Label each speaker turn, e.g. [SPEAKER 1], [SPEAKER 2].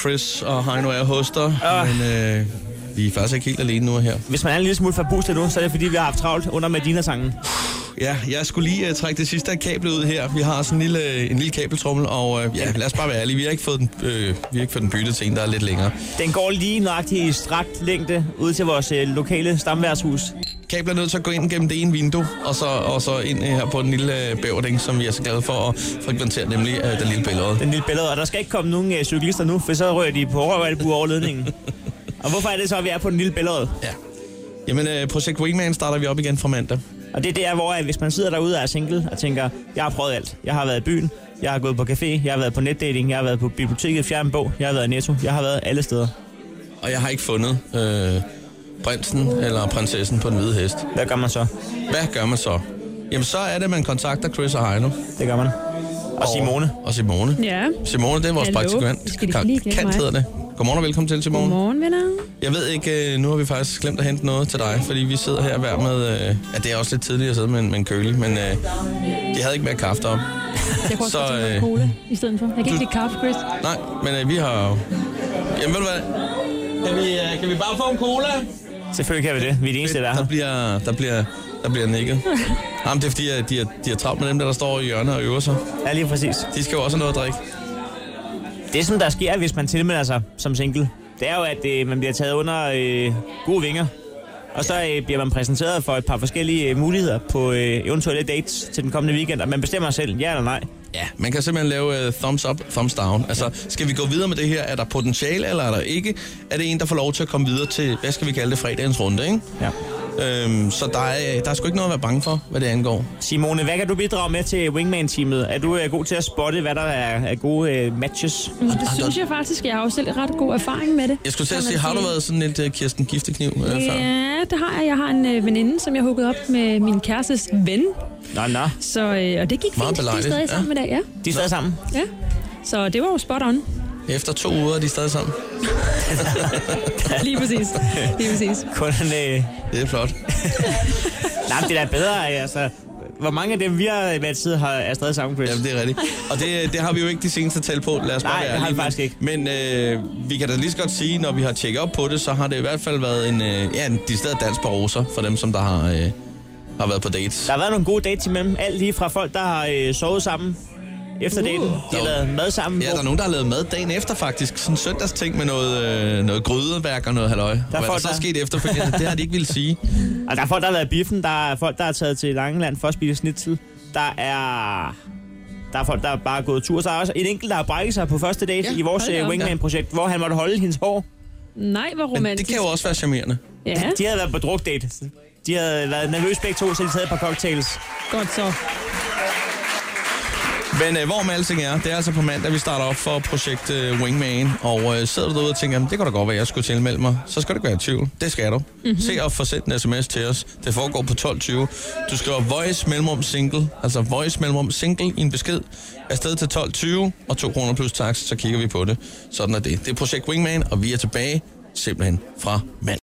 [SPEAKER 1] Chris og Heino er hos dig, men vi er faktisk ikke helt alene nu her.
[SPEAKER 2] Hvis man er en lille smule forbustet nu, så er det fordi, vi har haft travlt under Medina-sangen.
[SPEAKER 1] Ja, jeg skulle lige trække det sidste af kablet ud her. Vi har sådan en lille kabeltrummel, og lad os bare være ærlige. Vi har ikke fået den byttet til en, der er lidt længere.
[SPEAKER 2] Den går lige nøjagtigt i strakt længde ud til vores lokale stamværtshus.
[SPEAKER 1] Kablet er nødt til at gå ind gennem det ene vindue, og så ind her på den lille bæverding, som vi er så glade for at frekventere, nemlig den lille Bællerød.
[SPEAKER 2] Den lille Bællerød, og der skal ikke komme nogen cyklister nu, for så rører de på røvalbu over ledningen. Og hvorfor er det så, at vi er på den lille Bællerød?
[SPEAKER 1] Ja. Jamen, Projekt Wingman starter vi op igen fra mandag.
[SPEAKER 2] Og det er der, hvor hvis man sidder derude og er single og tænker, jeg har prøvet alt. Jeg har været i byen, jeg har gået på café, jeg har været på netdating, jeg har været på biblioteket, fjerne en bog, jeg har været i Netto, jeg har været alle steder.
[SPEAKER 1] Og jeg har ikke fundet prinsen eller prinsessen på den hvide hest.
[SPEAKER 2] Hvad gør man så?
[SPEAKER 1] Hvad gør man så? Jamen, så er det, man kontakter Chris og Heino.
[SPEAKER 2] Det gør man. Og Simone.
[SPEAKER 1] Og Simone.
[SPEAKER 3] Ja.
[SPEAKER 1] Simone, det er vores praktikant. Kant hedder det. Godmorgen og velkommen til, Simone.
[SPEAKER 3] Godmorgen, venner.
[SPEAKER 1] Jeg ved ikke, nu har vi faktisk glemt at hente noget til dig, fordi vi sidder her hver med... det er også lidt tidligt at sidde med en kølig, men de havde ikke mere kaffe deroppe.
[SPEAKER 3] Jeg kunne også godt tænke mig cola i stedet for. Jeg kan ikke lide kaffe, Chris.
[SPEAKER 1] Nej, men vi har... Jamen, ved du hvad? Kan vi bare få en cola?
[SPEAKER 2] Selvfølgelig kan vi det. Vi er det eneste, der er her.
[SPEAKER 1] Der bliver nikket. Jamen, det er fordi, at de har travlt med dem, der står i hjørnet og øver sig.
[SPEAKER 2] Ja, lige præcis.
[SPEAKER 1] De skal jo også have noget at drikke.
[SPEAKER 2] Det, som der sker, hvis man tilmelder sig som single, det er jo, at man bliver taget under gode vinger. Og så bliver man præsenteret for et par forskellige muligheder på eventuelle dates til den kommende weekend. Og man bestemmer selv, ja eller nej.
[SPEAKER 1] Ja, man kan simpelthen lave thumbs up, thumbs down. Altså, skal vi gå videre med det her? Er der potentiale, eller er der ikke? Er det en, der får lov til at komme videre til, hvad skal vi kalde det, fredagens runde, ikke?
[SPEAKER 2] Ja.
[SPEAKER 1] Så der er sgu ikke noget at være bange for, hvad det angår.
[SPEAKER 2] Simone, hvad kan du bidrage med til Wingman-teamet? Er du god til at spotte, hvad der er gode matches?
[SPEAKER 3] Det synes jeg faktisk. Jeg har jo selv ret god erfaring med det.
[SPEAKER 1] Jeg skulle til at sige, har du været sådan lidt Kirsten Giftekniv før?
[SPEAKER 3] Ja, det har jeg. Jeg har en veninde, som jeg huggede op med min kærestes ven.
[SPEAKER 2] Nå.
[SPEAKER 3] Så, og det gik fint. De er stadig sammen i dag, ja.
[SPEAKER 2] De er stadig sammen?
[SPEAKER 3] Ja. Så det var jo spot on.
[SPEAKER 1] Efter 2 uger er de stadig sammen.
[SPEAKER 3] Lige præcis.
[SPEAKER 2] Kun
[SPEAKER 1] det er flot.
[SPEAKER 2] Nej, det er da bedre, altså. Hvor mange af dem, vi har været tid, er stadig sammen, Chris?
[SPEAKER 1] Jamen, det er rigtigt. Og det har vi jo ikke de seneste tal på. Lad os bare være ærlige.
[SPEAKER 2] Nej, det har vi faktisk ikke.
[SPEAKER 1] Men vi kan da lige så godt sige, når vi har tjekket op på det, så har det i hvert fald været en decideret dans på roser for dem, som der har været på dates.
[SPEAKER 2] Der har været nogle gode dates imellem. Alt lige fra folk, der har sovet sammen efter daten. De har lavet mad sammen.
[SPEAKER 1] Ja, der er nogen, der har lavet mad dagen efter faktisk. Sådan en søndagsting med noget grydeværk og noget halløj. Hvad der så er sket efterfølgende, det har de ikke ville sige.
[SPEAKER 2] Og der er folk, der har lavet biffen. Der er folk, der har taget til Langeland for at spise schnitzel. Der er folk, der er bare gået tur. Så er også en enkelt, der har brækket sig på første date i vores Wingman-projekt, hvor han måtte holde hendes hår.
[SPEAKER 3] Nej, hvor romantisk.
[SPEAKER 1] Men det kan jo også være charmerende.
[SPEAKER 3] Ja.
[SPEAKER 2] De havde været på drukdate. De havde været nervøse begge to, så de taget et par cocktails.
[SPEAKER 3] Godt så.
[SPEAKER 1] Men hvor med alting er, det er altså på mandag, vi starter op for projekt Wingman. Og sidder du derude og tænker, det kan da godt være, jeg skulle tilmelde mig. Så skal du ikke være i tvivl. Det skal du. Se og få sendt en sms til os. Det foregår på 12.20. Du skriver voice mellemrum single. Altså voice mellemrum single i en besked. Afsted til 12.20 og 2 kroner plus tax, så kigger vi på det. Sådan er det. Det er projekt Wingman, og vi er tilbage simpelthen fra mandag.